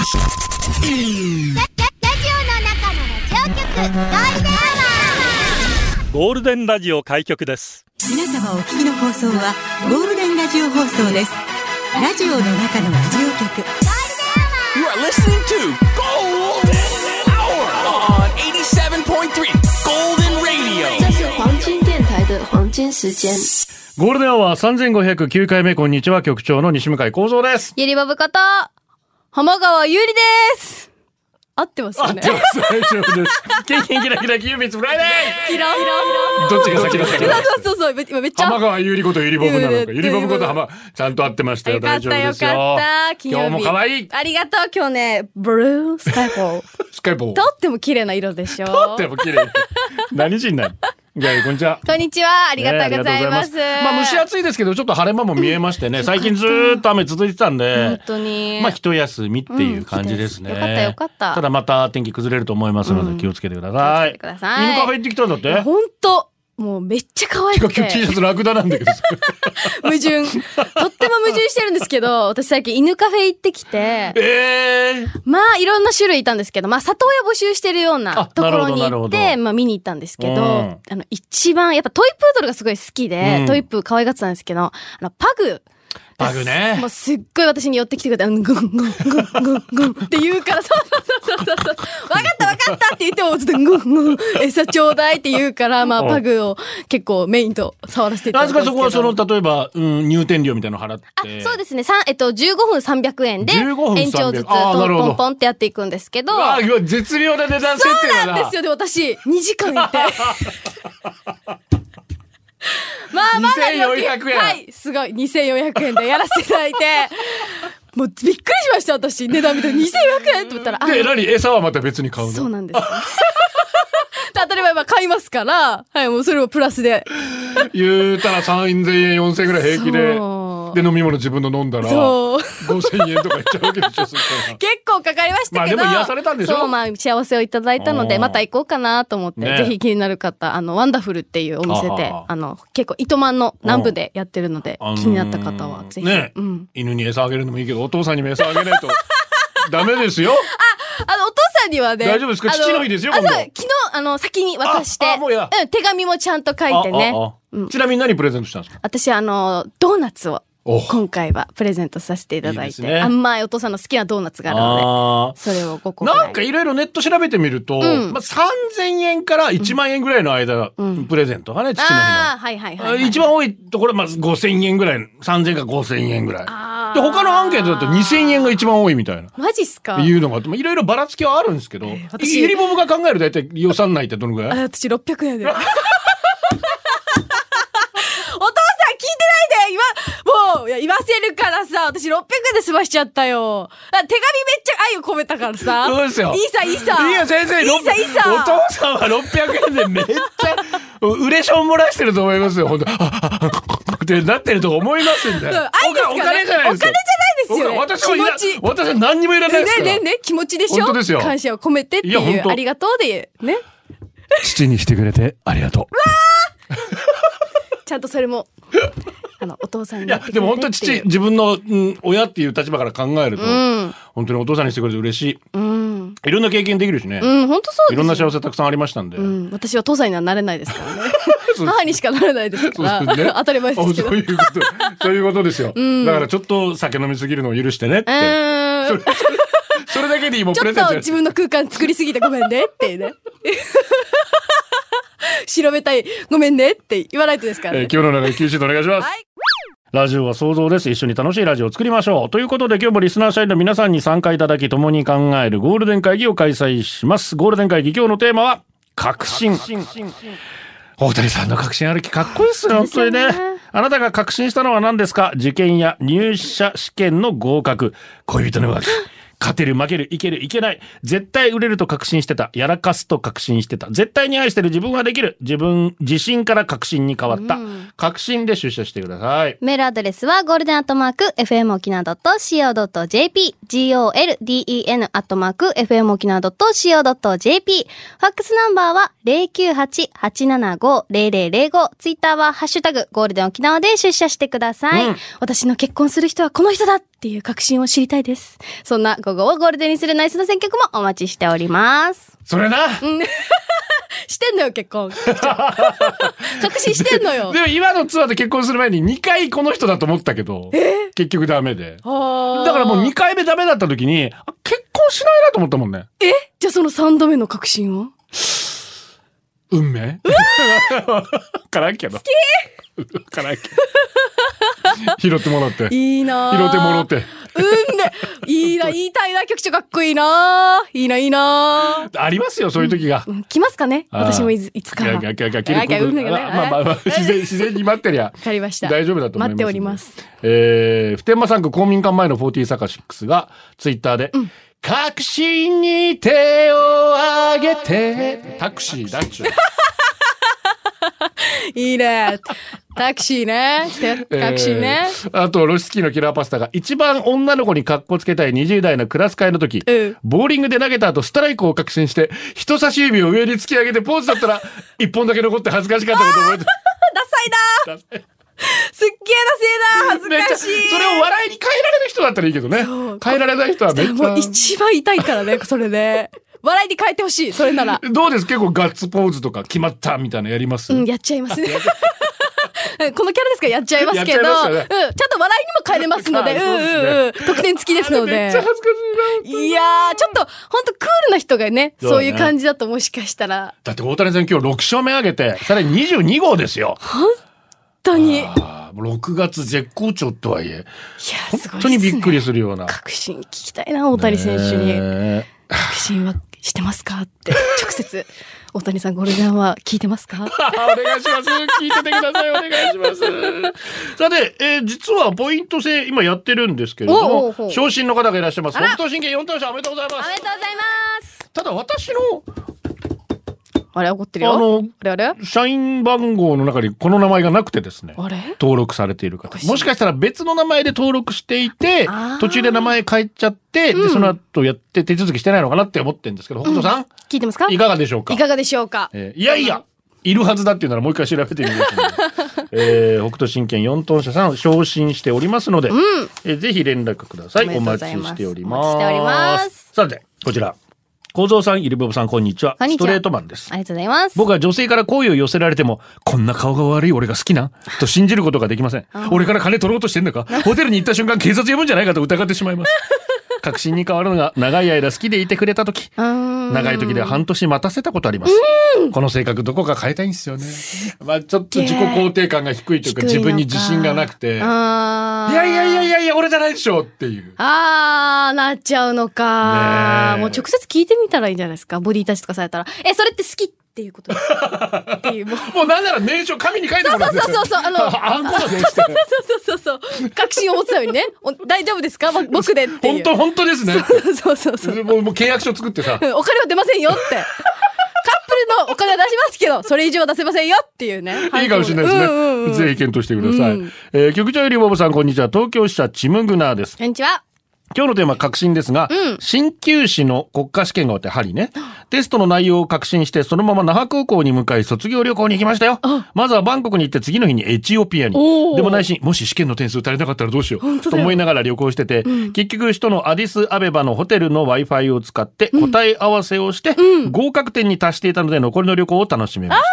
ゴールデンラジオ開局です。 皆様お聞きの放送はゴールデンラジオ放送です。ラジオの中のラジオ局 You are listening to Golden Hour on 87.3 Golden Radio。 这是黄金電台的黄金時間。 ゴールデンアワー3509回目。こんにちは、局長の西向井光三です。 ゆりばぶこと浜川ゆりです。合ってますよね。 合ってます。大丈夫です。キンキンキラキラキュービッツフライデー。 キラどっちが先だったか。 そうめっちゃ浜川ゆりことゆりぼぶなのか、ゆりぼぶこと浜、ちゃんと合ってましたよ。大丈夫ですよ。 よかった。 今日も可愛い。 ありがとう。今日ね、ブルースカイポースカイポーとっても綺麗な色でしょ。 とっても綺麗。何時になる。こんにちは。 こんにちは。ありがとうございます。 まあ蒸し暑いですけど、ちょっと晴れ間も見えましてね、最近ずーっと雨続いてたんで、 本当に。 まあ一休みっていう感じですね。 よかったよかった。 ただまた天気崩れると思いますので気をつけてください。 気をつけてください。 犬カフェ行ってきたんだって。 本当。もうめっちゃ可愛くて。 今日 T シャツラクダなんだけど。 矛盾。とっても矛盾してるんですけど、私最近犬カフェ行ってきて。まあいろんな種類いたんですけど、まあ里親募集してるようなところに行って、まあ見に行ったんですけど、一番やっぱトイプードルがすごい好きで、トイプー可愛がってたんですけど、パグね。もうすっごい私に寄ってきてくれて、グングングングングンって言うから、そう。わかったって言っても、ずっとグングン、餌ちょうだいって言うから、まあパグを結構メインと触らせていただいたんですけど。 なんですか、そこは例えば、入店料みたいなの払って。 そうですね。15分300円で、延長ずつ、ポンポンってやっていくんですけど。 絶妙な値段設定だな。 そうなんですよ。で、私、2時間いて。まあまだ 2400円。 はい、すごい。2400円でやらせていただいて、もうびっくりしました、私。値段見て2400円と思ったら。 で、餌はまた別に買うの？ そうなんです。当たり前買いますから、はい、もうそれをプラスで。 言うたら3000円、4000円ぐらい平気で。で、飲み物自分の飲んだら、5000円とかいっちゃうわけでしょ、結構かかりましたけど。 まあでも癒されたんでしょ？ そう、まあ幸せをいただいたので、また行こうかなと思って、ぜひ気になる方、ワンダフルっていうお店で、結構糸満の南部でやってるので、気になった方はぜひ。ね、 犬に餌あげるのもいいけど、お父さんにも餌あげないとダメですよ。 お父さんにはね。 大丈夫ですか？父の日ですよ、今度。 昨日、先に渡して、手紙もちゃんと書いてね。 ちなみに何プレゼントしたんですか？ 私、ドーナツを。今回はプレゼントさせていただいて、いいね、甘いお父さんの好きなドーナツがあるので、それを5個ぐらい。 なんかいろいろネット調べてみると、3000円から1万円ぐらいの間、プレゼントがね、父の日の。一番多いところは5000円ぐらい、3000円か5000円ぐらい。で、他のアンケートだと2000円が一番多いみたいな。 マジっすか？ いうのがあって、いろいろばらつきはあるんですけど、ゆりぼぶが考える大体予算内ってどのぐらい？ 私600円で。もう言わせるからさ、私600円で済ましちゃったよ。手紙めっちゃ愛を込めたからさ。 そうですよ。 いいさ。いいよ先生。お父さんは600円でめっちゃうれしょん漏らしてると思いますよ。本当ってなってると思いますんで。 愛ですかね。お金じゃないですよね。 私は何にもいらないですから。 ね気持ちでしょ。 本当ですよ。 感謝を込めてっていうありがとうでね。 父にしてくれてありがとう。 ちゃんとそれも。お父さんに。 いや、でも本当に自分の、親っていう立場から考えると、本当にお父さんにしてくれて嬉しい。いろんな経験できるしね。 本当そうです。 いろんな幸せたくさんありましたんで。 私は父さんにはなれないですからね。母にしかなれないですから。当たり前ですけど。 そういうことですよ。だからちょっと酒飲みすぎるのを許してねって。それだけでいいもんプレゼント。 ちょっと自分の空間作りすぎてごめんねってね。白べたいごめんねって言わないとですからね。 今日の中で9シートお願いします。はい。ラジオは想像です。一緒に楽しいラジオを作りましょう。ということで今日もリスナー社員の皆さんに参加いただき共に考えるゴールデン会議を開催します。ゴールデン会議今日のテーマは確信。大谷さんの確信歩きかっこいいっすよ、本当にね。あなたが確信したのは何ですか？受験や入社試験の合格、恋人の浮気。勝てる負けるいけるいけない、絶対売れると確信してた、やらかすと確信してた、絶対に愛してる自分はできる、自信から確信に変わった、確信で出社してください。 メールアドレスはゴールデン@fm沖縄 .co.jp、 golden@fm沖縄 .co.jp、 ファックスナンバーは 098-875-0005、 ツイッターはハッシュタグゴールデン沖縄で出社してください。私の結婚する人はこの人だっていう確信を知りたいです。そんなゴ午後をゴールデンにするナイスな選曲もお待ちしております。 それなしてんのよ結婚確信してんのよ。 でも今のツアーで結婚する前に2回この人だと思ったけど、結局ダメで、だからもう2回目ダメだった時に結婚しないなと思ったもんね。 じゃあその3度目の確信は運命からんけど好きからんけど拾ってもらっていいな拾ってもらって運命いいな、言いたいな、局長かっこいいな、いいな、いいな。 ありますよそういう時が、 来ますかね。私もいつかは。 自然に待ってりゃわかりました。 大丈夫だと思います。 待っております。 普天間産区公民館前の40サカ6がツイッターで、確信に手を挙げてタクシーだっちゅういいね。タクシーね。タクシーね。 あと、ロシスキーのキラーパスタが一番女の子にカッコつけたい20代のクラス会の時、ボーリングで投げた後ストライクを確信して、人差し指を上に突き上げてポーズだったら、一本だけ残って恥ずかしかったこと覚えてる。 ダサいなすっげえダセえな、恥ずかしい。 それを笑いに変えられる人だったらいいけどね。変えられない人はめっちゃ。 もう一番痛いからね、それで。笑いに変えてほしい、それなら。 どうです？結構ガッツポーズとか決まったみたいなやります？ やっちゃいますね。このキャラですからやっちゃいますけど、ちゃんと笑いにも変えれますので、得点付きですので。 めっちゃ恥ずかしいな。 いやー、ちょっと本当クールな人がね、そういう感じだともしかしたら。 だって大谷さん今日6勝目上げて、さらに22号ですよ。 本当に。 6月絶好調とはいえ、 いや本当にびっくりするような。 確信聞きたいな、大谷選手に。確信はしてますかって直接大谷さんゴールデンは聞いてますか？お願いします。聞いててください。お願いします。さて、実はポイント制今やってるんですけれども、昇進の方がいらっしゃいます。北斗神拳4等賞おめでとうございます。 おめでとうございます。 ただ私のあれ怒ってるよ。あれ社員番号の中にこの名前がなくてですね、 あれ登録されている方、もしかしたら別の名前で登録していて途中で名前変えちゃって、でその後やって手続きしてないのかなって思ってるんですけど、北斗さん、 聞いてますか？ いかがでしょうか？ いかがでしょうか？ いやいやいるはずだっていうならもう一回調べてみますので、北斗神拳4トン車さん昇進しておりますので、ぜひ連絡ください。お待ちしております。さてこちら構造さん、ゆりぼぶさん、こんにちは。ストレートマンです。 ありがとうございます。 僕は女性から好意を寄せられても、こんな顔が悪い俺が好きなと信じることができません。俺から金取ろうとしてんのか、ホテルに行った瞬間警察呼ぶんじゃないかと疑ってしまいます。確信に変わるのが長い間好きでいてくれた時、長い時では半年待たせたことあります。この性格どこか変えたいんですよね。まあちょっと自己肯定感が低いというか、自分に自信がなくて、いや俺じゃないでしょっていう。 なっちゃうのか。もう直接聞いてみたらいいんじゃないですか。ボディタッチとかされたら、それって好きっていうことですかっていう。もうなんなら念書紙に書いてもらって。そうあんこだね。 そう確信を持つためにね、大丈夫ですか僕でっていう。 本当ですね。 そうもう契約書作ってさ、 お金は出ませんよって。カップルのお金は出しますけど、それ以上は出せませんよっていうね。 いいかもしれないですね。ぜひ検討してください。局長よりボブさん、こんにちは。東京支社チムグナーです。 こんにちは。 今日のテーマは確信ですが、鍼灸師の国家試験が終わって針ね、テストの内容を確信してそのまま那覇空港に向かい卒業旅行に行きましたよ。まずはバンコクに行って次の日にエチオピアに。でも内心、もし試験の点数足りなかったらどうしようと思いながら旅行してて、結局首都のアディスアベバのホテルの Wi-Fi を使って答え合わせをして、合格点に達していたので残りの旅行を楽しめました。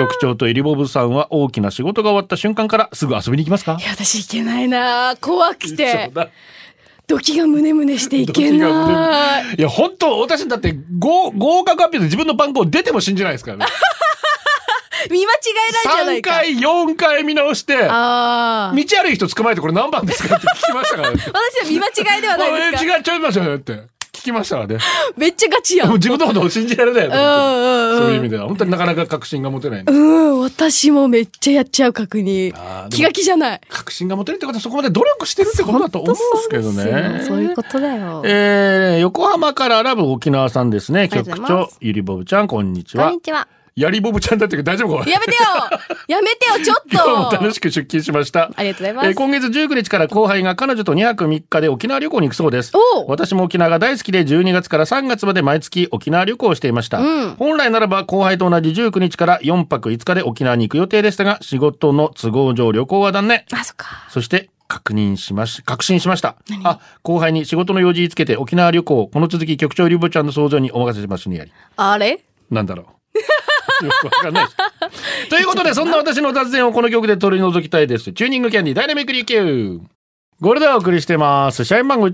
局長とエリボブさんは大きな仕事が終わった瞬間からすぐ遊びに行きますか？ いや、私行けないな、怖くて。ドキがムネムネしていけない。 いや、本当私だって合格発表で自分の番号出ても信じないですからね。 見間違えないじゃないか。 3回、4回見直して、道歩い人捕まえてこれ何番ですかって聞きましたからね。 私は見間違いではないですか？ 違っちゃいますよねって。聞きましたからね。 めっちゃガチやん。 自分のことを信じられないよね。そういう意味では本当になかなか確信が持てない。 私もめっちゃやっちゃう確認。気が気じゃない。 確信が持てるってことはそこまで努力してるってことだと思うんですけどね。 そういうことだよ。 横浜からラブ沖縄さんですね。局長ゆりぼぶちゃん、こんにちは。 こんにちは。 やりぼぶちゃんだって大丈夫か？ やめてよやめてよ、ちょっと。 今日も楽しく出勤しました。 ありがとうございます。 今月19日から後輩が彼女と2泊3日で沖縄旅行に行くそうです。私も沖縄が大好きで12月から3月まで毎月沖縄旅行をしていました。本来ならば後輩と同じ19日から4泊5日で沖縄に行く予定でしたが、仕事の都合上旅行は断念。 そっか。 そして確信しました。後輩に仕事の用事つけて沖縄旅行、この続き局長リボちゃんの想像にお任せしますにやり。 あれなんだろうよくわかんないということで、そんな私の雑談をこの曲で取り除きたいです。チューニングキャンディーダイナミックリキュー。ゴールデンお送りしてます。社員番号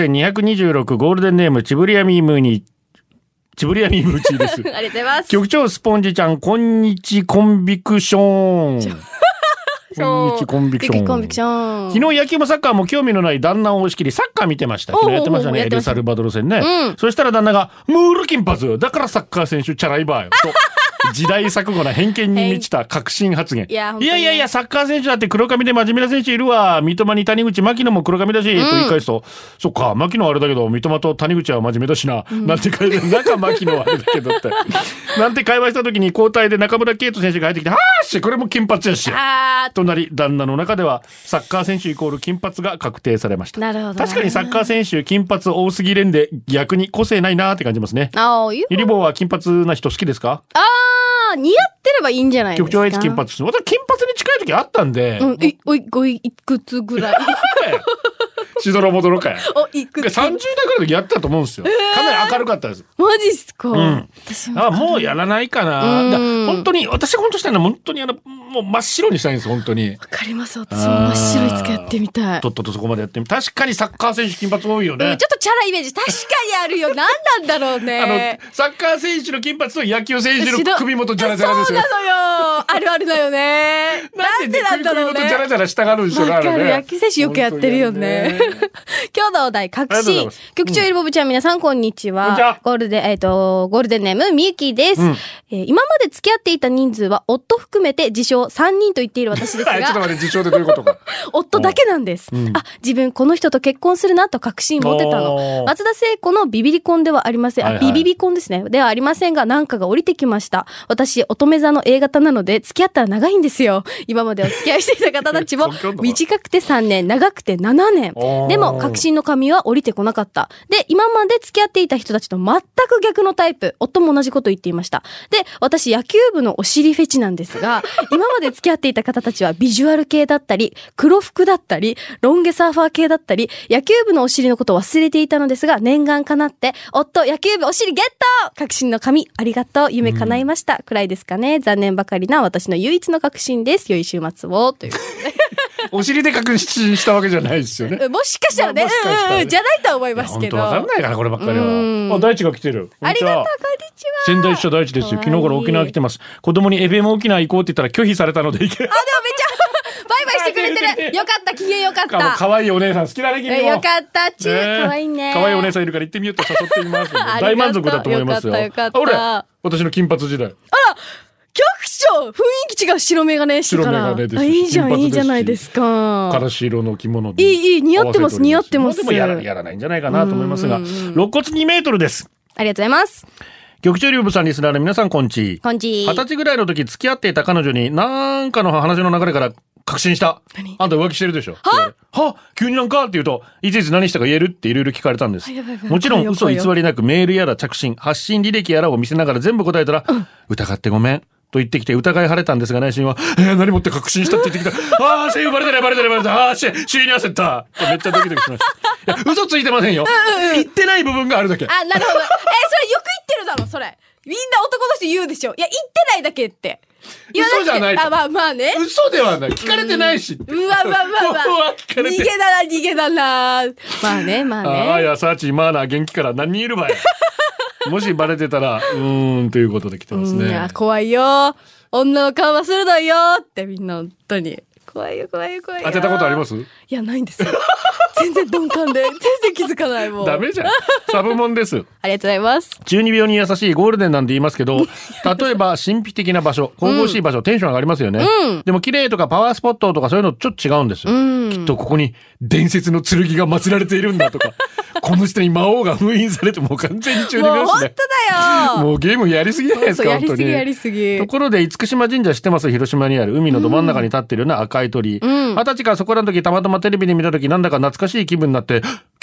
16,226 ゴールデンネームチブリアミームーチーです。 ありがとうございます。 局長スポンジちゃん、こんにちコンビクション。こんにちコンビクション。昨日野球もサッカーも興味のない旦那を押し切りサッカー見てました。昨日やってましたね、エルサルバドル戦ね。そしたら旦那がムール金髪だからサッカー選手チャラいばよと時代錯誤な偏見に満ちた確信発言。いやサッカー選手だって黒髪で真面目な選手いるわ。三笘に谷口、牧野も黒髪だし、と言い返すと、そっか牧野はあれだけど三笘と谷口は真面目だしな、なんて書いて、中牧野はあれだけどってなんて会話した時に交代で中村敬斗選手が入ってきて、はーしこれも金髪やしとなり、旦那の中ではサッカー選手イコール金髪が確定されました。なるほど。確かにサッカー選手金髪多すぎれんで逆に個性ないなって感じますね。ゆりぼうは金髪な人好きですか？ 似合ってればいいんじゃないですか。 局長はいつ金髪です。私金髪に近い時あったんで。 いくつぐらいしどろもどろかい。 いくつ 30代ぐらいの時やってたと思うんですよ。かなり明るかったです。 マジっすか？ もうやらないかな。本当に私が本当したいのは本当にもう真っ白にしたいんです本当に。わかります。私も真っ白いつけやってみたい。 とっととそこまでやってみ。確かにサッカー選手金髪多いよね。 ちょっとチャライメージ確かにあるよ。何なんだろうね。 サッカー選手の金髪と野球選手の首元ジャラジャラですよ。 そうなのよ。あるあるだよね。なんでなんだろうね。 首元ジャラジャラしたがるんですよね。 わかる。野球選手よくやってるよね。今日のお題確信。局長いるぼぶちゃん、皆さんこんにちは。ゴールデンネームみゆきです。今まで付き合っていた人数は夫含めて自称3人と言っている私ですがちょっと待って、自称でどういうことか。 夫だけなんです。自分この人と結婚するなと確信持てたの。松田聖子のビビリ婚ではありません。ビビビ婚ですね。ではありませんが、なんかが降りてきました。私乙女座の A 型なので付き合ったら長いんですよ。今までお付き合いしていた方たちも短くて3年、長くて7年。でも確信の髪は降りてこなかった。で、今まで付き合っていた人たちと全く逆のタイプ。夫も同じこと言っていました。で、私野球部のお尻フェチなんですが、今まで付き合っていた方たちはビジュアル系だったり、黒服だったり、ロン毛サーファー系だったり、野球部のお尻のことを忘れていたのですが、念願かなって、夫、野球部お尻ゲット！確信の髪、ありがとう。夢叶いました。くらいですかね。残念ばかりな私の唯一の確信です。良い週末を。ということで。 お尻で確信したわけじゃないですよね。 もしかしたらね。じゃないとは思いますけど。 本当わかんないから、こればっかりは。大地が来てる。 ありがとう、こんにちは。 仙台支社大地ですよ。昨日から沖縄来てます。子供にエベも沖縄行こうって言ったら拒否されたので行け。 でもめっちゃバイバイしてくれてる。よかった、機嫌よかった。 可愛いお姉さん好きだね、君も。 よかった、可愛いね。 可愛いお姉さんいるから行ってみようと誘ってみます。大満足だと思いますよ。 よかった。 俺、私の金髪時代。 あら、局長、雰囲気違う。白眼鏡してから。 白眼鏡です。 いいじゃん、いいじゃないですか。 からし色の着物で。 いい、似合ってます、似合ってます。 でもやらないんじゃないかなと思いますが、肋骨2メートルです。 ありがとうございます。 局長流部さんリスナーの皆さんこんち。 こんち。 20歳ぐらいの時付き合っていた彼女になんかの話の流れから確信した。あんた浮気してるでしょ。は急になんかって言うと、いついつ何したか言えるっていろいろ聞かれたんです。もちろん嘘偽りなくメールやら着信、発信履歴やらを見せながら全部答えたら、疑ってごめん。と言ってきて疑い晴れたんですが、内心は、何持って確信したって言ってきた。声優バレてない。首位に焦った。めっちゃドキドキしました。いや、嘘ついてませんよ。言ってない部分があるだけ。 なるほど。それよく言ってるだろ、それ。みんな男の人言うでしょ。いや、言ってないだけって。 嘘じゃない。 まあね。 嘘ではない。聞かれてないし。 うわ。逃げだな。まあね。 いや、サーチ、マーナー元気から何人いるばい。もしバレてたら、ということで来てますね。 いや、怖いよ。女の顔は鋭いよってみんな本当に。怖いよ。 当てたことあります？ いや、ないんですよ。全然鈍感で、全然気づかないもん。 ダメじゃん。サブモンです。 ありがとうございます。 中二病に優しいゴールデンなんて言いますけど、例えば神秘的な場所、神々しい場所、テンション上がりますよね。でも綺麗とかパワースポットとかそういうのちょっと違うんですよ。きっとここに伝説の剣が祀られているんだとか、この人に魔王が封印されてもう完全に中二病ですね。 もう本当だよ。 もうゲームやりすぎじゃないですか、本当に。 やりすぎ。 ところで、厳島神社知ってます？広島にある海のど真ん中に立ってるような赤い鳥。20歳からそこらの時たまたまテレビで見た時なんだか懐かしい気分になって、きっ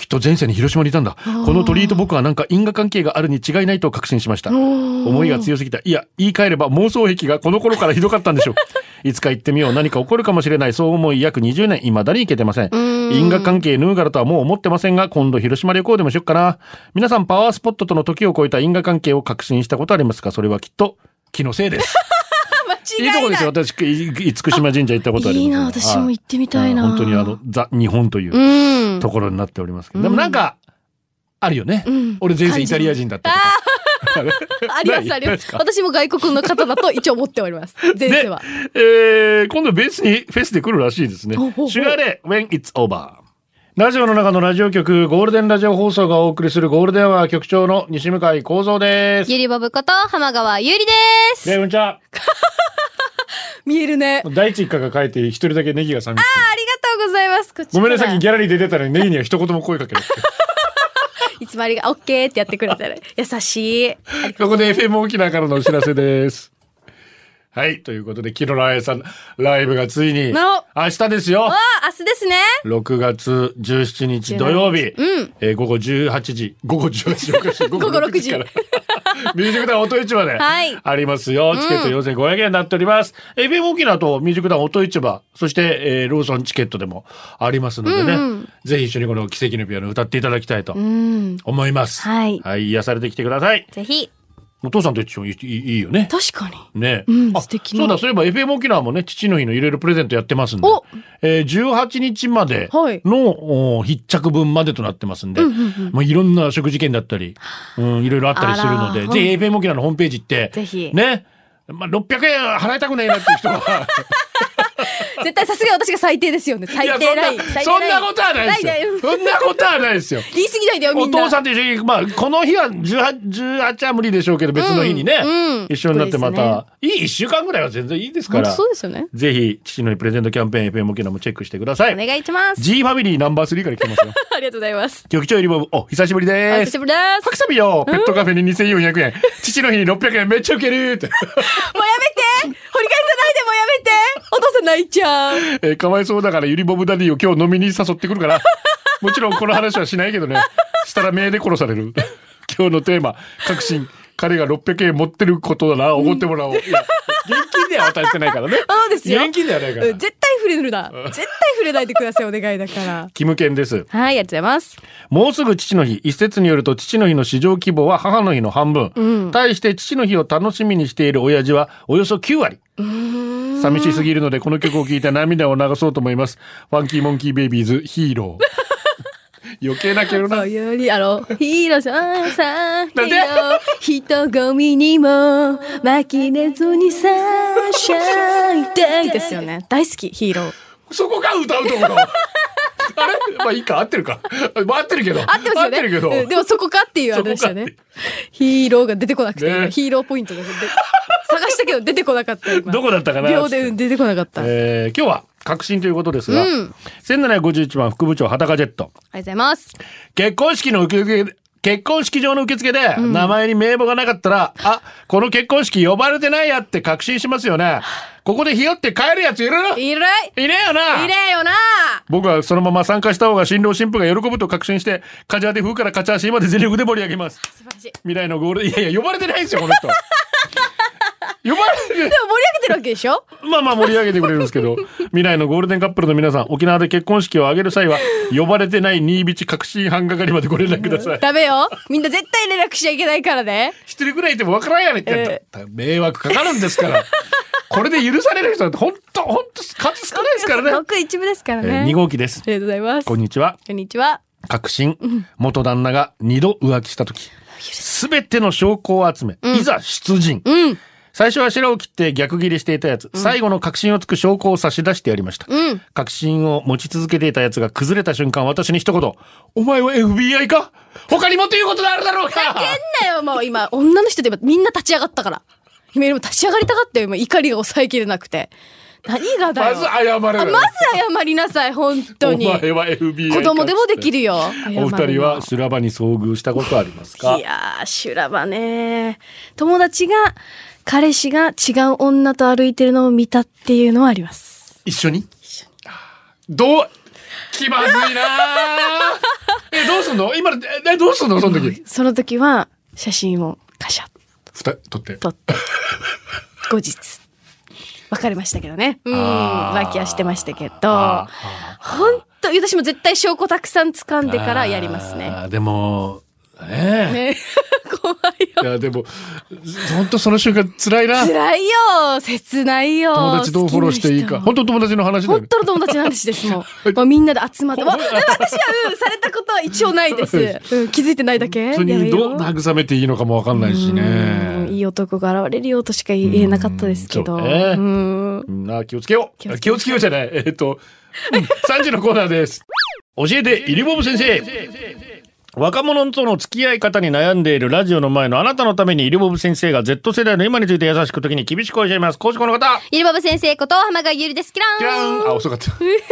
っと前世に広島にいたんだ。この鳥居と僕はなんか因果関係があるに違いないと確信しました。思いが強すぎた。いや、言い換えれば妄想癖がこの頃からひどかったんでしょう。いつか行ってみよう。何か起こるかもしれない。そう思い約20年、未だに行けてません。因果関係ヌーガラとはもう思ってませんが、今度広島旅行でもしよっかな。皆さんパワースポットとの時を超えた因果関係を確信したことありますか？それはきっと気のせいです。いいとこですよ。私、厳島神社行ったことあります。 いいな、私も行ってみたいな。 本当にザ・日本というところになっておりますけど。でもなんか、あるよね。俺前世イタリア人だったとか。 ありますあります。私も外国の方だと一応思っております。前世は。 今度ベースにフェスで来るらしいですね。シュガーレー When It's Over。ラジオの中のラジオ局、ゴールデンラジオ放送がお送りするゴールデンは局長の西向井幸三です。 ゆりぼぶこと浜川ゆりです。 こんにちは。 見えるね。 第一一家が書いて一人だけネギが寂しい。 ありがとうございます。 ごめんね、さっきギャラリーで出たのにネギには一言も声かけなくて。 いつもありがオッケーってやってくれたら優しい。 ここで FM 沖縄からのお知らせです。はい。ということで、キロラエさん、ライブがついに、明日ですよ。 明日ですね。 6月17日土曜日。午後18時。午後18時おかしい。午後6時から。ミュージックダウン音市場でありますよ。チケット4500円になっております。FM 沖縄とミュージックダウン音市場、そして、ローソンチケットでもありますのでね、ぜひ一緒にこの奇跡のピアノを歌っていただきたいと思います。はい。癒されてきてください。 ぜひ。 お父さんと一緒にいいよね。 確かに。 ね。 素敵な。 そうだ、そういえば FM 沖縄もね、父の日のいろいろプレゼントやってますんで、18日までの必着分までとなってますんで、もういろんな食事券だったり、いろいろあったりするので、ぜひ FM 沖縄のホームページ行って、 ぜひ。 ね。600円払いたくないなっていう人は。 絶対さすが私が最低ですよね。最低ライン。 そんなことはないですよ。そんなことはないですよ。 言い過ぎないでよ、みんな。 お父さんと一緒に、この日は18は無理でしょうけど、別の日にね、一緒になってまた、いい1週間ぐらいは全然いいですから。 そうですよね。 ぜひ、父の日プレゼントキャンペーン FM 沖縄もチェックしてください。 お願いします。 G ファミリーナンバー3から来てますよ。 ありがとうございます。 局長よりも、久しぶりです。 久しぶりです。 パクサビよ、ペットカフェに2400円。父の日に600円めっちゃウケるって。もうやめて掘り返さないでもやめてお父さん泣いちゃう。 かわいそうだからゆりぼぶダディを今日飲みに誘ってくるから。もちろんこの話はしないけどね。したら目で殺される。今日のテーマ、確信。彼が600円持ってることだな、おごってもらおう。いや、現金では渡してないからね。 そうですよ。 現金ではないから。 絶対触れるな。絶対触れないでください、お願いだから。 キムケンです。 はい、ありがとうございます。 もうすぐ父の日。一説によると父の日の市場規模は母の日の半分。対して父の日を楽しみにしている親父はおよそ9割。寂しすぎるのでこの曲を聴いて涙を流そうと思います。ファンキーモンキーベイビーズヒーロー。余計なけどな。 ヒーローさん、ヒーロー、人混みにも巻き寝ずにさしゃいてですよね。大好き、ヒーロー。 そこが歌うところ。あれまあいいか、合ってるか。合ってるけど。 合ってますよね。合ってるけど。でもそこかっていうあれでしたね。ヒーローが出てこなくて、ヒーローポイントが探したけど出てこなかった。 どこだったかな。 秒で出てこなかった。 今日は確信ということですが、1751番副部長裸ジェット。ありがとうございます。 結婚式場の受付で名前に名簿がなかったら、この結婚式呼ばれてないやって確信しますよね。ここでひよって帰るやついる？ いねえよな。 いねえよな。僕はそのまま参加した方が新郎新婦が喜ぶと確信して、カジャーで風からカチャーシーまで全力で盛り上げます。 素晴らしい。 未来のゴール、いや呼ばれてないんですよこの人。呼ばれてでも盛り上げてるわけでしょ。 まあ盛り上げてくれるんですけど、未来のゴールデンカップルの皆さん、沖縄で結婚式を挙げる際は呼ばれてない新ビチ確信班係までご連絡ください。 ダメよ、みんな絶対連絡しちゃいけないからね。 一人ぐらいいてもわからんやねんって、迷惑かかるんですから。これで許される人なんて本当数少ないですからね。 ごく一部ですからね。 2号機です。 ありがとうございます。 こんにちは。 こんにちは。 確信、元旦那が2度浮気した時、すべての証拠を集め、いざ出陣。最初は白を切って逆ギレしていたやつ、最後の確信をつく証拠を差し出してやりました。確信を持ち続けていたやつが崩れた瞬間、私に一言、お前は FBI か？他にもということがあるだろうか。 叫んなよ、もう今、女の人でみんな立ち上がったから。今も立ち上がりたかったよ、今怒りが抑えきれなくて。何がだよ。 まず謝れる。 まず謝りなさい、本当に。 お前は FBI 子供でもできるよ。 お二人は修羅場に遭遇したことありますか？ いやー、修羅場ね。友達が、彼氏が違う女と歩いてるのを見たっていうのはあります。 一緒に気まずいな。どどうすんの今、どうすんのその時。 その時は、写真をカシャッ撮って。 後日。別れましたけどね。浮気はしてましたけど。本当私も絶対証拠たくさん掴んでからやりますね。 でも、ね怖いよ。 いや、でも、本当その瞬間辛いな。 辛いよ。切ないよ。 友達どうフォローしていいか。本当友達の話だよね。 本当の友達の話ですもん。もうみんなで集まって。私は、されたことは一応ないです。気づいてないだけ。 本当にどう慰めていいのかもわかんないしね。いい男が現れるよとしか言えなかったですけど。 気をつけよう。気をつけようじゃない。3時のコーナーです。教えて、イリボブ先生。若者との付き合い方に悩んでいるラジオの前のあなたのためにイリボブ先生が Z 世代の今について優しく時に厳しく教えます。講師この方。 イリボブ先生こと浜川ゆりです。キラン。遅かった。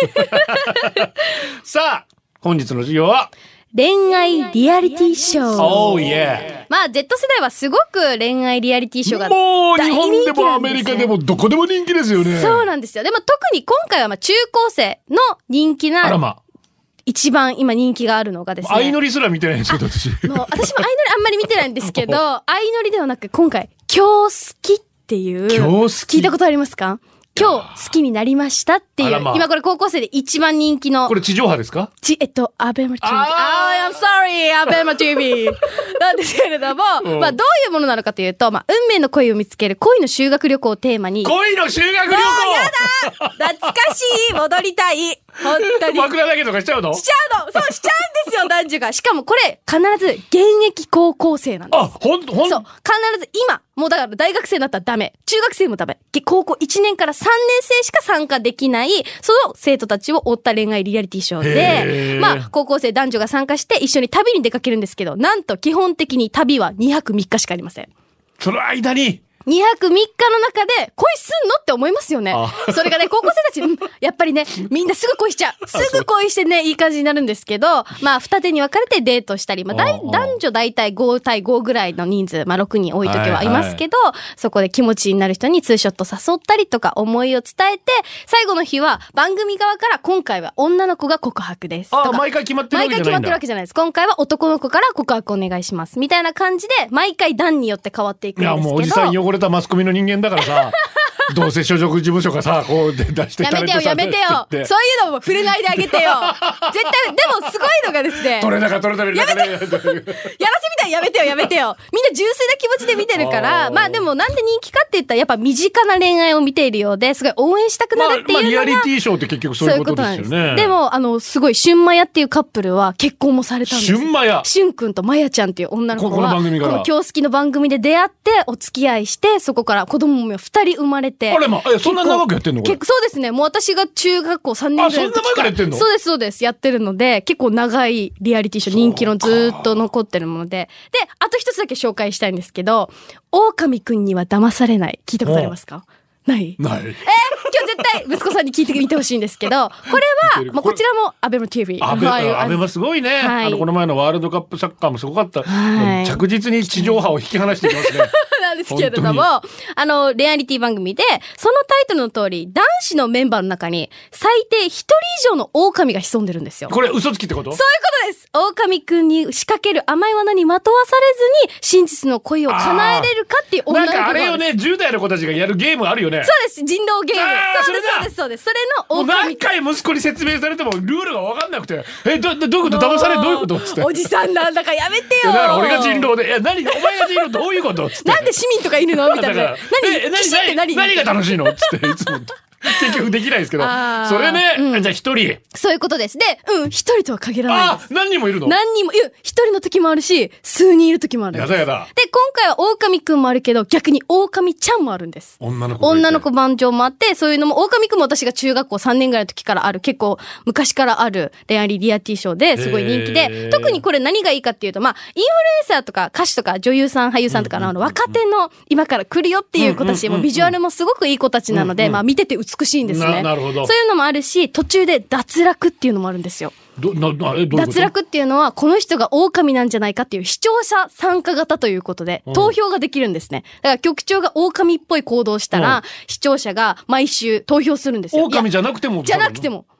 さあ、本日の授業は恋愛リアリティショー。 Oh yeah。 まあ Z 世代はすごく恋愛リアリティショーがもう日本でもアメリカでもどこでも人気ですよね。 そうなんですよ。でも特に今回は中高生の人気な。 あらま。 一番今人気があるのがですね。 相乗りすら見てないんですけど、私。 もう私も相乗りあんまり見てないんですけど、相乗りではなく今回、今日好きっていう。 今日好き。 聞いたことありますか？今日好きになりましたっていう。今これ高校生で一番人気の。 これ地上波ですか？ アベマ TV。I'm sorry, アベマ TV。なんですけれども、まあどういうものなのかというと、まあ運命の恋を見つける恋の修学旅行をテーマに。 恋の修学旅行。 やだ懐かしい戻りたい本当に。 枕投げとかしちゃうの？ しちゃうのそう、しちゃうんですよ、男女が。しかもこれ、必ず現役高校生なんです。 ほんそう、必ず今、もうだから大学生だったらダメ。中学生もダメ。高校1年から3年生しか参加できない、その生徒たちを追った恋愛リアリティショーで、まあ、高校生男女が参加して一緒に旅に出かけるんですけど、なんと基本的に旅は2泊3日しかありません。 その間に 2泊3日の中で恋すんのって思いますよね。それがね、高校生たち、やっぱりね、みんなすぐ恋しちゃう。すぐ恋してね、いい感じになるんですけど、まあ、二手に分かれてデートしたり、まあ、男女大体5対5ぐらいの人数、まあ、6人多い時はいますけど、そこで気持ちになる人にツーショット誘ったりとか、思いを伝えて、最後の日は番組側から今回は女の子が告白です。 毎回決まってるわけじゃないんだ。 毎回決まってるわけじゃないです。今回は男の子から告白お願いします。みたいな感じで、毎回段によって変わっていくんですけど。 いや、もうおじさん汚れたマスコミの人間だからさ、どうせ所属事務所がさ、こう出してやめてよ、やめてよ。そういうのも触れないであげてよ。絶対、でもすごいのがですね。 取れ高取れたり。 やめてやらせみたいやめてよ、やめてよ。みんな純粋な気持ちで見てるから、まあでもなんで人気かって言ったらやっぱ身近な恋愛を見ているようで、すごい応援したくなるっていうのが。 まあリアリティショーって結局そういうことですよね。 でも、すごい、春マヤっていうカップルは結婚もされたんです。 春マヤ春くんとマヤちゃんっていう女の子は、この今日好きの番組で出会って、お付き合いして、そこから子供も2人生まれて。 あれま、そんな長くやってんの？ 結構そうですね。もう私が中学校3年ぐらいの時から。そんな前からやってんの？そうです、そうです。やってるので、結構長いリアリティショー、人気のずーっと残ってるもので。で、あと一つだけ紹介したいんですけど、狼くんには騙されない。聞いたことありますか？ない？ ない。 今日絶対息子さんに聞いてみてほしいんですけど、これは、まあ、こちらもアベマ TV。 アベマすごいね。はい、この前のワールドカップサッカーもすごかった。はい、着実に地上波を引き離していきますね。 なんですけれども、レアリティ番組で、そのタイトルの通り、男子のメンバーの中に、最低1人以上の狼が潜んでるんですよ。 これ嘘つきってこと？ そういうことです。狼くんに仕掛ける甘い罠に惑わされずに、真実の恋を叶えれるかっていう女の子が。 なんかあれよね、10代の子たちがやるゲームあるよね。 そうです。人狼ゲーム。そうです。それの狼。何回息子に説明されてもルールが分かんなくて、どういうこと騙されどういうことつって。 おじさんなんだからやめてよ。 だから俺が人狼で、お前が人狼どういうことつって。 なんで市民とかいるのみたいな。 何が楽しいのつっていつも。結局できないですけど。それね、じゃあ一人。 そういうことです。で、一人とは限らないです。 何人もいるの？ 何人も、一人の時もあるし、数人いる時もある。 やだ。で、今回は狼くんもあるけど、逆に狼ちゃんもあるんです。 女の子番長もあって、そういうのも、狼くんも私が中学校3年ぐらいの時からある、結構昔からある恋愛リアリティショーですごい人気で、特にこれ何がいいかっていうと、まあ、インフルエンサーとか歌手とか女優さん、俳優さんとかの若手の今から来るよっていう子たち、もビジュアルもすごくいい子たちなので、まあ見てて美しいんですね。 なるほど。 そういうのもあるし、途中で脱落っていうのもあるんですよ。脱落っていうのは、この人が狼なんじゃないかっていう視聴者参加型ということで、投票ができるんですね。だから局長が狼っぽい行動したら、視聴者が毎週投票するんですよ。 狼じゃなくても？ じゃなくても。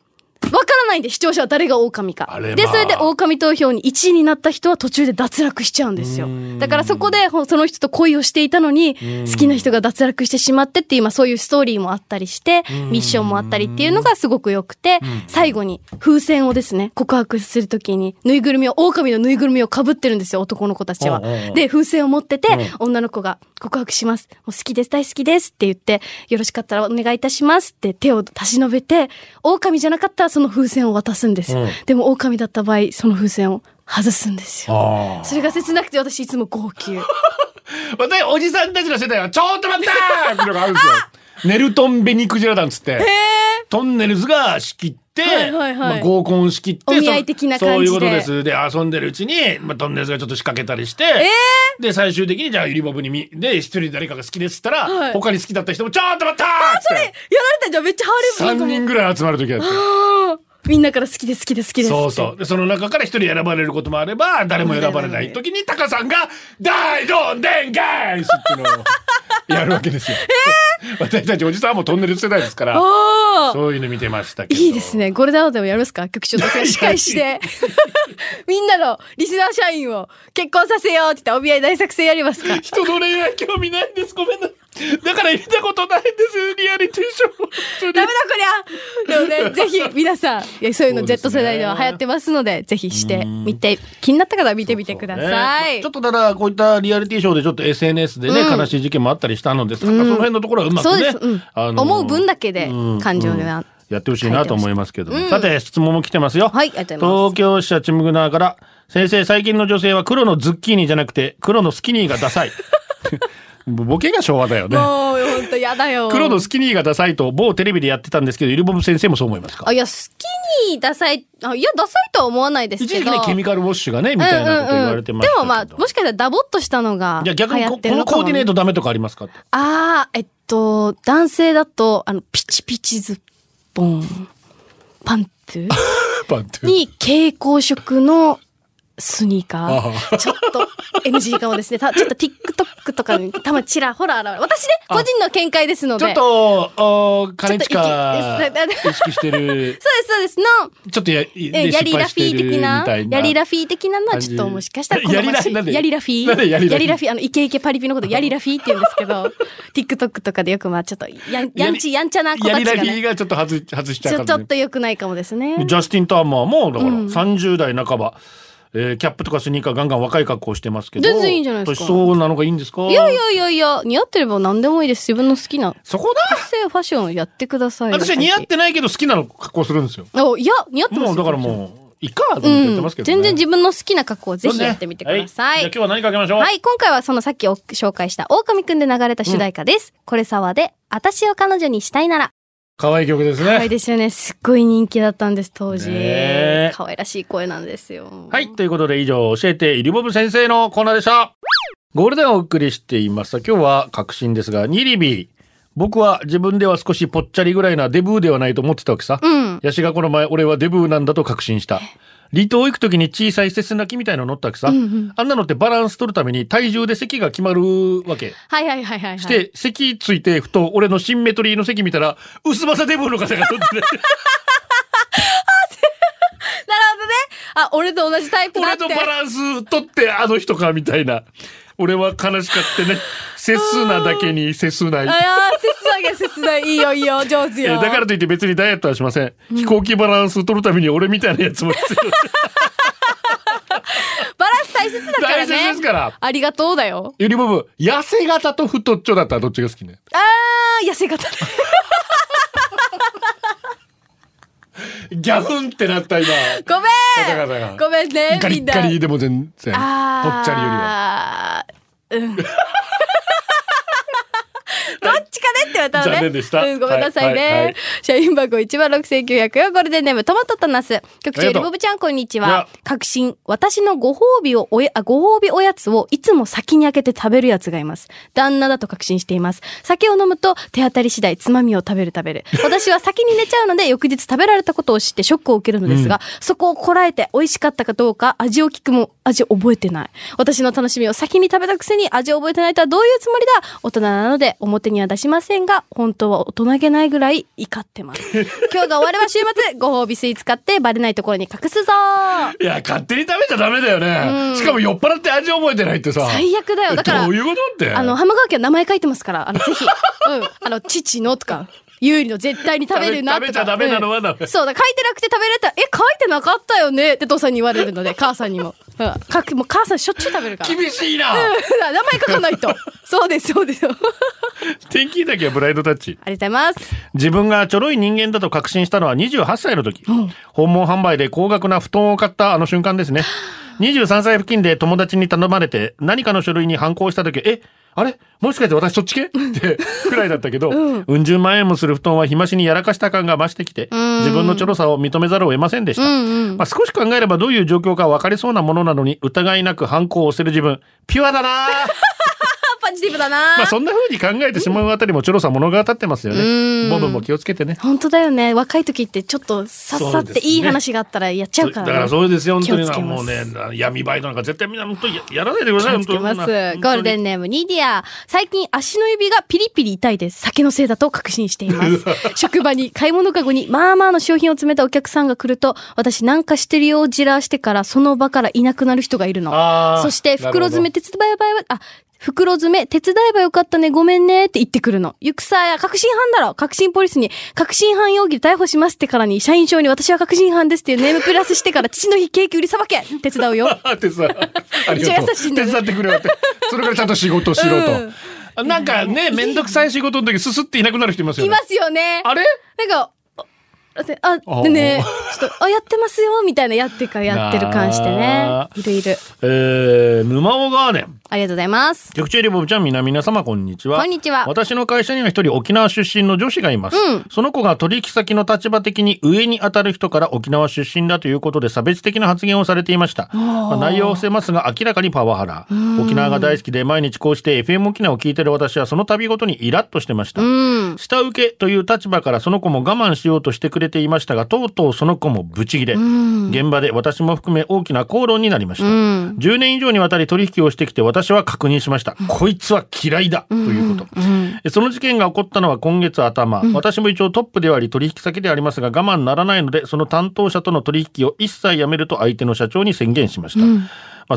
からないんで、視聴者は誰が狼か。で、それで狼投票に1位になった人は途中で脱落しちゃうんですよ。だからそこでその人と恋をしていたのに、好きな人が脱落してしまってっていう、そういうストーリーもあったりして、ミッションもあったりっていうのがすごく良くて、最後に風船をですね、告白するときに、狼のぬいぐるみを被ってるんですよ、男の子たちは。で、風船を持ってて、女の子が告白します。もう好きです、大好きですって言って、よろしかったらお願いいたしますって手を差し伸べて、狼じゃなかったらその風船を渡すんですよ。でも狼だった場合、その風船を外すんですよ。それが切なくて私いつも号泣。 私、おじさんたちの世代は、ちょっと待ったーっていうのがあるんですよ。ネルトンベニクジラ団つって、トンネルズが仕切って、合コン仕切って、 お見合い的な感じで。 そういうことです。で、遊んでるうちに、トンネルズがちょっと仕掛けたりして、で、最終的に、じゃあ、ゆりぼぶにで、一人誰かが好きですって言ったら、他に好きだった人も、ちょっと待ったーって。 それ、やられたじゃん、めっちゃハーレム。 3人ぐらい集まる時だって。 みんなから好きです好きです好きです。 そうそう。で、その中から一人選ばれることもあれば、誰も選ばれない時にタカさんが大どんでん返しっていうのをやるわけですよ。私たちおじさんはもうトンネル世代ですから、そういうの見てましたけど。 いいですね。ゴールデンアワーでもやりますか？局長と司会して。みんなのリスナー社員を結婚させようって言ったお見合い大作戦やりますか？ 人の恋愛興味ないんです。ごめんなさい。だから見たことないんですリアリティショー。 ダメだこりゃ。でもね、ぜひ皆さん、そういうの Z 世代では流行ってますので、ぜひしてみて、気になった方は見てみてください。 ちょっとただこういったリアリティショーでちょっと SNS でね、悲しい事件もあったりしたのですが、その辺のところはうまくね、 そうです、思う分だけで感情が、 やってほしいなと思いますけど、さて質問も来てますよ。 はい、ありがとうございます。 東京支社チムグナーから、先生最近の女性は黒のズッキーニじゃなくて黒のスキニーがダサい。ボケが昭和だよね。 もう本当やだよ。 黒のスキニーがダサいと某テレビでやってたんですけど、ゆりぼぶ先生もそう思いますか？ いや、スキニーダサい、いやダサいとは思わないですけど。 一時期ね、ケミカルウォッシュがねみたいなこと言われてましたけど。 でももしかしたらダボっとしたのが流行ってるのかも。 じゃあ逆にこのコーディネートダメとかありますか？ 男性だとピチピチズボンパンツに蛍光色のスニーカー。ちょっと NG かもですね。ちょっと TikTok とかにたまにちらほら現れる。私ね、個人の見解ですので。 ちょっと、兼近意識してる。 そうです。 ちょっとヤリラフィー的な。ヤリラフィー的なのはちょっともしかしたら好ましい。ヤリラフィー。ヤリラフィー、イケイケパリピのことヤリラフィーって言うんですけど、TikTok とかでよくちょっとやんちゃな子たちがね。ヤリラフィーがちょっと外しちゃうかも。ちょっと良くないかもですね。ジャスティン・ターマーも、だから30代半ば。キャップとかスニーカーガンガン若い格好してますけど。全然いいんじゃないですか。 そうなのがいいんですか？ いや、似合ってれば何でもいいです。自分の好きな。 そこだ。 個性ファッションをやってください。 私は似合ってないけど好きなの格好するんですよ。 いや、似合ってますよ。 もうだからもう、いいかと思ってやってますけどね。 全然自分の好きな格好をぜひやってみてください。 じゃあ今日は何かけましょう？ はい、今回はそのさっき紹介した狼くんで流れた主題歌です。これ沢で、私を彼女にしたいなら。 可愛い曲ですね。 可愛いですよね。すっごい人気だったんです、当時。可愛らしい声なんですよ。 はい。ということで以上、教えてゆりぼぶ先生のコーナーでした。ゴールデンをお送りしています。今日は確信ですが、ニリビー。僕は自分では少しぽっちゃりぐらいなデブーではないと思ってたわけさ。ヤシがこの前、俺はデブーなんだと確信した。離島行くときに小さいセスナキみたいなの乗ったわけさ。あんなのってバランス取るために体重で席が決まるわけ。 はい。 して、席ついてふと俺のシンメトリーの席見たら、薄まさデブーの方が乗ってる。 なるほどね。俺と同じタイプだって。 俺とバランス取ってあの人かみたいな。俺は悲しかってね。セスナだけにセスない。 セスない。いいよ、上手よ。 だからといって別にダイエットはしません。飛行機バランス取るために俺みたいなやつも必要。 バランス大切だからね。 大切ですから。 ありがとうだよ。 ゆりぼぶ、痩せ型と太っちょだったらどっちが好きね？ 痩せ型。 ギャフンってなった今。 ごめんね。 ガリッガリでも全然。ぽっちゃりよりは。 どっちかねって言われたらね。 残念でした。 ごめんなさいね。社員箱16900ゴールデンネームトマトとナス。局長ゆりぼぶちゃんこんにちは。確信、私のご褒美おやつをいつも先に開けて食べるやつがいます。旦那だと確信しています。酒を飲むと手当たり次第つまみを食べる。私は先に寝ちゃうので翌日食べられたことを知ってショックを受けるのですが、そこをこらえて美味しかったかどうか味を聞くも味を覚えてない。私の楽しみを先に食べたくせに味を覚えてないとはどういうつもりだ。大人なので表には出しませんんが本当は大人げないぐらい怒ってます。今日が終われば週末、ご褒美スイーツ買ってバレないところに隠すぞ。 いや、勝手に食べちゃダメだよね。しかも酔っ払って味覚えてないってさ。 最悪だよ。だから、 どういうことって。 浜川家は名前書いてますから、ぜひ、父のとか。有利の絶対に食べるなとか。 食べちゃダメなのはダメ。 そうだ、書いてなくて食べれたら、書いてなかったよねって父さんに言われるので、母さんにも。もう母さんしょっちゅう食べるから。 厳しいな。 名前書かないと。そうです、そうです。 天気だけはブラインドタッチ。 ありがとうございます。 自分がちょろい人間だと確信したのは28歳の時。訪問販売で高額な布団を買ったあの瞬間ですね。23歳付近で友達に頼まれて何かの書類に反抗した時、あれもしかして私そっち系ってくらいだったけど、十万円もする布団は日増しにやらかした感が増してきて、自分のちょろさを認めざるを得ませんでした。少し考えればどういう状況か分かりそうなものなのに疑いなく反抗を押せる自分、ピュアだなポジティブだな。 そんな風に考えてしまうあたりもちょろさ物語ってますよね。ボブも気をつけてね。 本当だよね。若い時ってちょっとさっさっていい話があったらやっちゃうからね。 だからそうですよ、本当に。もうね、闇バイトなんか絶対みんな本当にやらないでください。 気をつけます。ゴールデンネームニーディア。最近足の指がピリピリ痛いです。酒のせいだと確信しています。職場に買い物かごにまあまあの商品を詰めたお客さんが来ると、私なんかしてるようじらしてからその場からいなくなる人がいるの。そして袋詰め手伝えばよかったね、ごめんねって言ってくるの。ゆくさや、確信犯だろ。確信ポリスに、確信犯容疑で逮捕しますってからに、社員証に私は確信犯ですっていうネームプラスしてから、父の日ケーキ売りさばけ手伝うよ。 手伝う。ありがとう。手伝ってくれよって。それからちゃんと仕事しろと。なんかね、めんどくさい仕事の時、すすっていなくなる人いますよね。 いますよね。 あれなんか、でね、ちょっと、やってますよ、みたいなやってる感じでね。いる。 沼尾ガーデン。 ありがとうございます。 局長リボブちゃん、皆様こんにちは。 こんにちは。 私の会社には一人沖縄出身の女子がいます。その子が取引先の立場的に上に当たる人から沖縄出身だということで差別的な発言をされていました。内容を伏せますが明らかにパワハラ。沖縄が大好きで毎日こうして FM 沖縄を聞いている私はその度ごとにイラッとしてました。下請けという立場からその子も我慢しようとしてくれていましたが、とうとうその子もブチギレ。現場で私も含め大きな口論になりました。10年以上にわたり取引をしてきて私は確認しました。こいつは嫌いだということ。その事件が起こったのは今月頭。私も一応トップであり取引先でありますが我慢ならないので、その担当者との取引を一切やめると相手の社長に宣言しました。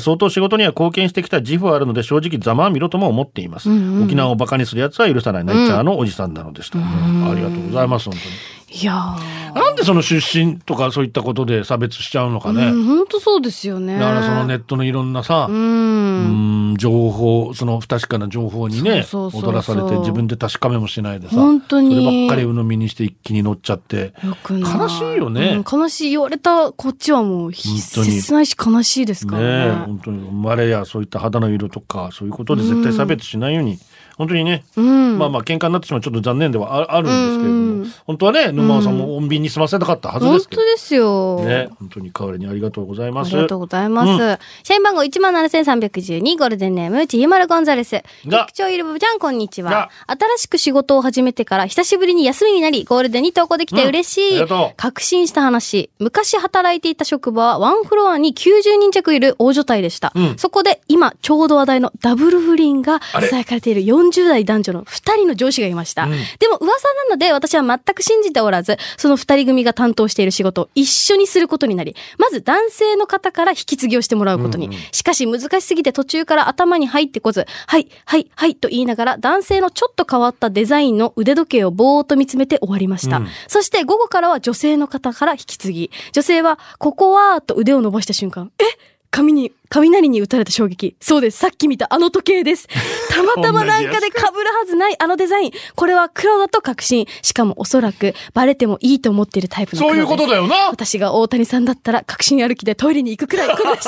相当仕事には貢献してきた自負はあるので正直ざまあみろとも思っています。沖縄をバカにするやつは許さないナイチャーのおじさんなのでした。ありがとうございます。本当に。 いやなんでその出身とかそういったことで差別しちゃうのかね。 本当そうですよね。 だからそのネットのいろんなさ、情報、その不確かな情報にね、踊らされて自分で確かめもしないでさ、 本当にそればっかり鵜呑みにして一気に乗っちゃって、悲しいよね。 悲しい。言われたこっちはもう切ないし悲しいですからね。 本当に生まれやそういった肌の色とかそういうことで絶対差別しないように。本当にね、まあ喧嘩になってしまうちょっと残念ではあるんですけれども、本当はね、沼尾さんも穏便に済ませたかったはずですけど。 本当ですよ。 ね、本当に代わりにありがとうございます。 ありがとうございます。社員番号17,312ゴールデンネームちひまるゴンザレス。局長いるぶちゃんこんにちは。新しく仕事を始めてから久しぶりに休みになりゴールデンに投稿できて嬉しい。確信した話。昔働いていた職場はワンフロアに90人弱いる大所帯でした。そこで今ちょうど話題のダブル不倫が伝えかれている40代男女の2人の上司がいました。でも噂なので私は全く信じておらず、その2人組が担当している仕事を一緒にすることになり、まず男性の方から引き継ぎをしてもらうことに。しかし難しすぎて途中から頭に入ってこず、はいと言いながら男性のちょっと変わったデザインの腕時計をぼーっと見つめて終わりました。そして午後からは女性の方から引き継ぎ。女性はここはと腕を伸ばした瞬間、雷に打たれた衝撃。そうです。さっき見たあの時計です。たまたまなんかで被るはずないあのデザイン。これは黒だと確信。しかもおそらくバレてもいいと思っているタイプの黒です。 そういうことだよな。 私が大谷さんだったら確信歩きでトイレに行くくらい黒でした。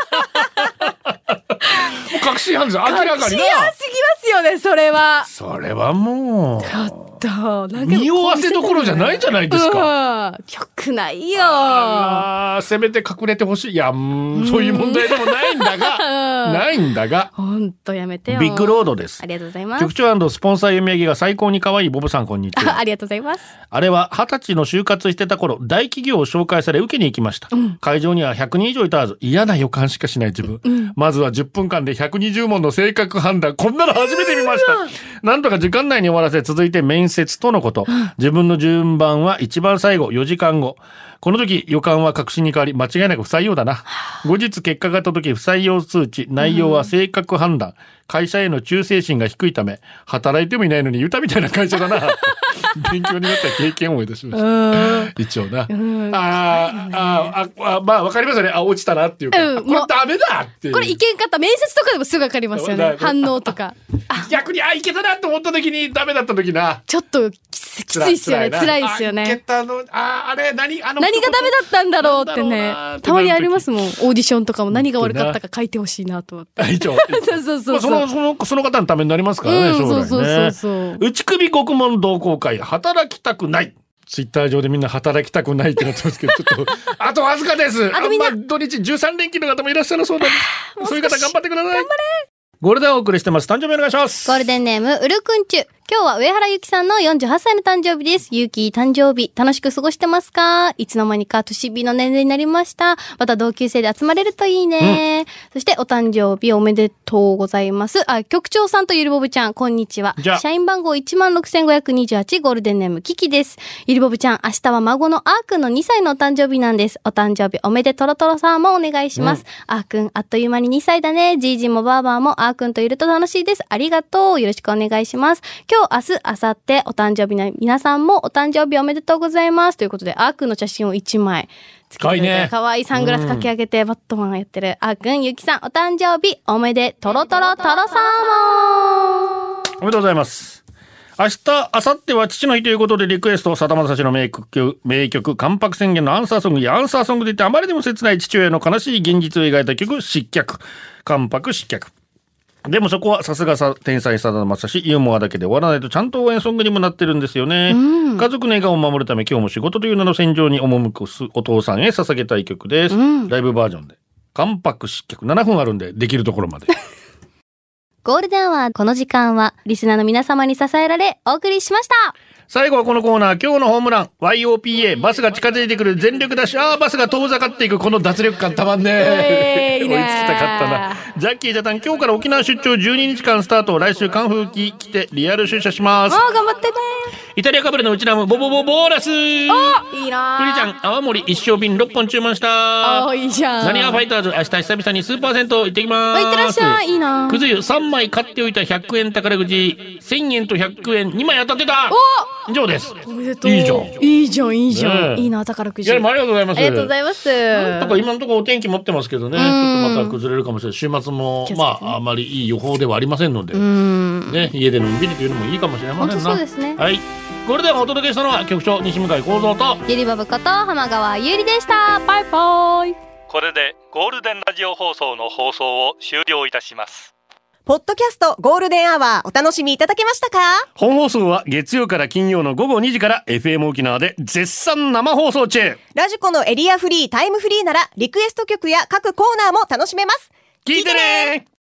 確信犯ですよ。明らかにな。 確信犯すぎますよね、それは。 それはもう。 ちょっと、なんか匂わせどころじゃないじゃないですか。 よくないよ。 せめて隠れてほしい。いや、そういう問題でもないんだが。 ないんだが。 ほんとやめてよ。 ビッグロードです。 ありがとうございます。 局長&スポンサー読み上げが最高に可愛いボブさん、こんにちは。 ありがとうございます。 あれは20歳の就活してた頃、大企業を紹介され受けに行きました。会場には100人以上いたはず。嫌な予感しかしない自分。まずは10分間で120問の性格判断。こんなの初めて見ました。なんとか時間内に終わらせ、続いて面接とのこと。自分の順番は一番最後、4時間後。この時予感は確信に変わり、間違いなく不採用だな。後日結果が届き、不採用通知、内容は性格判断。会社への忠誠心が低いため、働いてもいないのに歌みたいな会社だな。勉強になった経験を思い出しました。一応な。まあわかりますよね。落ちたなっていうか、これダメだっていう。 これいけんかった。面接とかでもすぐわかりますよね。反応とか。 逆にいけたなと思った時にダメだった時な。 ちょっときついっすよね。辛いっすよね。 いけたの、あれ何がダメだったんだろうってね。たまにありますもん。オーディションとかも何が悪かったか書いてほしいなと思って。 一応。 そう。 その方のためになりますからね、将来ね。そう。内首獄門同好会、働きたくない。ツイッター上でみんな働きたくないってなってますけど、ちょっと、あとわずかです。土日13連休の方もいらっしゃるそうなんです。そういう方頑張ってください。頑張れ。ゴールデンをお送りしてます。誕生日お願いします。 ゴールデンネーム、うるくんちゅ。今日は上原ゆきさんの48歳の誕生日です。ゆき誕生日、楽しく過ごしてますか？いつの間にか年日の年齢になりました。また同級生で集まれるといいね。そしてお誕生日おめでとうございます。局長さんとゆりぼぶちゃん、こんにちは。社員番号16,528ゴールデンネームキキです。ゆりぼぶちゃん、明日は孫のあーくんの2歳のお誕生日なんです。お誕生日おめでとろとろさんもお願いします。あーくん、あっという間に2歳だね。じいじもばあばもあーくんといると楽しいです。ありがとう。よろしくお願いします。今日、明日、明後日、お誕生日の皆さんもお誕生日おめでとうございます。ということで、あーくんの写真を1枚つけてくれて、かわいいサングラスかけ上げて、バットマンやってるあーくん、ゆきさん、お誕生日おめでとろとろとろさんもおめでとうございます。明日、明後日は父の日ということでリクエスト、さだまさしの名曲、関白宣言のアンサーソングやアンサーソングでいってあまりにも切ない父親の悲しい現実を描いた曲、失脚。関白失脚。でもそこはさすが天才さだまさし、ユーモアだけで終わらないとちゃんと応援ソングにもなってるんですよね。家族の笑顔を守るため今日も仕事という名の戦場に赴くお父さんへ捧げたい曲です。ライブバージョンで。関白失脚7分あるんでできるところまで。 ゴールデンはこの時間はリスナーの皆様に支えられお送りしました。 最後はこのコーナー、今日のホームラン YOPA、 バスが近づいてくる全力ダッシュ、バスが遠ざかっていくこの脱力感たまんね追いつきたかったな。ジャッキージャタン、今日から沖縄出張12日間スタート。来週カンフー機来てリアル出社します。 頑張ってね。 イタリアかぶれのうちナムボボボボーラス。いいな。 プリちゃん、泡盛一升瓶6本注文した。 いいじゃん。 なにわファイターズ、明日久々にスーパー銭湯行ってきます。 いってらっしゃい。いいな。 くず湯3枚買っておいた100円宝くじ1000円と100円2枚当たってた。以上です。 おめでとう。 いいじゃん。 いいじゃん、いいじゃん。いいな、宝くじ。 いや、ありがとうございます。 ありがとうございます。 とか今のところお天気持ってますけどね、ちょっとまた崩れるかもしれない。週末も、あまりいい予報ではありませんので、ね、家でのんびりというのもいいかもしれませんな。 そうですね。 はい。これではお届けしたのは局長西向井光三とゆりばぶこと浜川ゆりでした。バイバイ。 これでゴールデンラジオ放送の放送を終了いたします。 ポッドキャストゴールデンアワーお楽しみいただけましたか？ 本放送は月曜から金曜の午後2時から FM 沖縄で絶賛生放送中。 ラジコのエリアフリータイムフリーならリクエスト曲や各コーナーも楽しめます。 聞いてね。